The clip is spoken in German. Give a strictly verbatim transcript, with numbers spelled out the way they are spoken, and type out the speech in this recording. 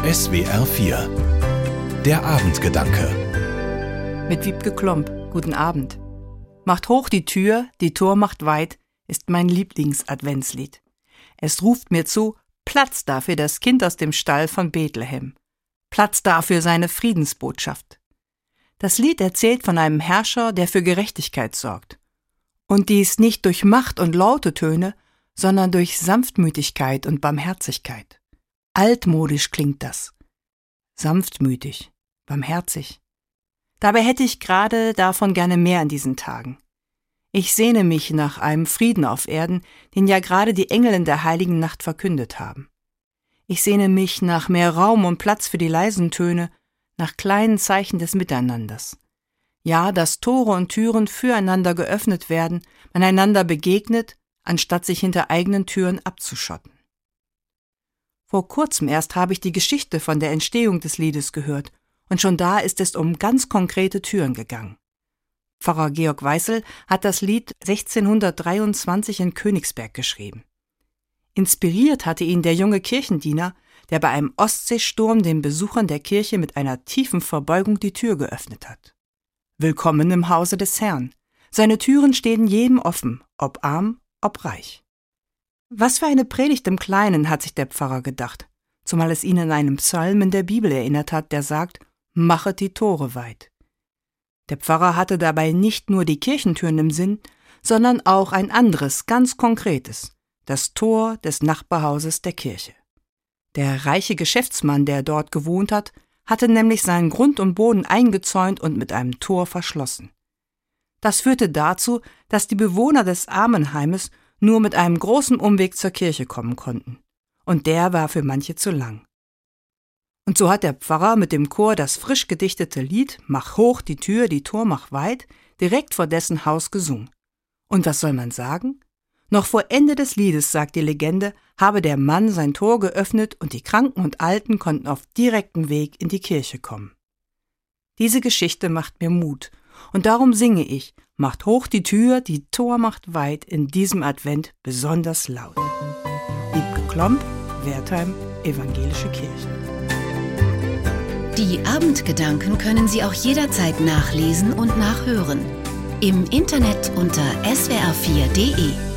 S W R vier. Der Abendgedanke. Mit Wiebke Klomp. Guten Abend. Macht hoch die Tür, die Tor macht weit, ist mein Lieblings-Adventslied. Es ruft mir zu, Platz da für das Kind aus dem Stall von Bethlehem. Platz da für seine Friedensbotschaft. Das Lied erzählt von einem Herrscher, der für Gerechtigkeit sorgt. Und dies nicht durch Macht und laute Töne, sondern durch Sanftmütigkeit und Barmherzigkeit. Altmodisch klingt das. Sanftmütig, barmherzig. Dabei hätte ich gerade davon gerne mehr in diesen Tagen. Ich sehne mich nach einem Frieden auf Erden, den ja gerade die Engel in der heiligen Nacht verkündet haben. Ich sehne mich nach mehr Raum und Platz für die leisen Töne, nach kleinen Zeichen des Miteinanders. Ja, dass Tore und Türen füreinander geöffnet werden, man einander begegnet, anstatt sich hinter eigenen Türen abzuschotten. Vor kurzem erst habe ich die Geschichte von der Entstehung des Liedes gehört, und schon da ist es um ganz konkrete Türen gegangen. Pfarrer Georg Weißel hat das Lied sechzehnhundertdreiundzwanzig in Königsberg geschrieben. Inspiriert hatte ihn der junge Kirchendiener, der bei einem Ostseesturm den Besuchern der Kirche mit einer tiefen Verbeugung die Tür geöffnet hat. Willkommen im Hause des Herrn. Seine Türen stehen jedem offen, ob arm, ob reich. Was für eine Predigt im Kleinen, hat sich der Pfarrer gedacht, zumal es ihn an einen Psalm in der Bibel erinnert hat, der sagt, machet die Tore weit. Der Pfarrer hatte dabei nicht nur die Kirchentüren im Sinn, sondern auch ein anderes, ganz konkretes, das Tor des Nachbarhauses der Kirche. Der reiche Geschäftsmann, der dort gewohnt hat, hatte nämlich seinen Grund und Boden eingezäunt und mit einem Tor verschlossen. Das führte dazu, dass die Bewohner des Armenheimes nur mit einem großen Umweg zur Kirche kommen konnten. Und der war für manche zu lang. Und so hat der Pfarrer mit dem Chor das frisch gedichtete Lied »Mach hoch die Tür, die Tor mach weit« direkt vor dessen Haus gesungen. Und was soll man sagen? Noch vor Ende des Liedes, sagt die Legende, habe der Mann sein Tor geöffnet und die Kranken und Alten konnten auf direktem Weg in die Kirche kommen. Diese Geschichte macht mir Mut. Und darum singe ich, macht hoch die Tür, die Tor macht weit, in diesem Advent besonders laut. Wiebke Klomp, Wertheim, Evangelische Kirche. Die Abendgedanken können Sie auch jederzeit nachlesen und nachhören. Im Internet unter s w r vier punkt d e.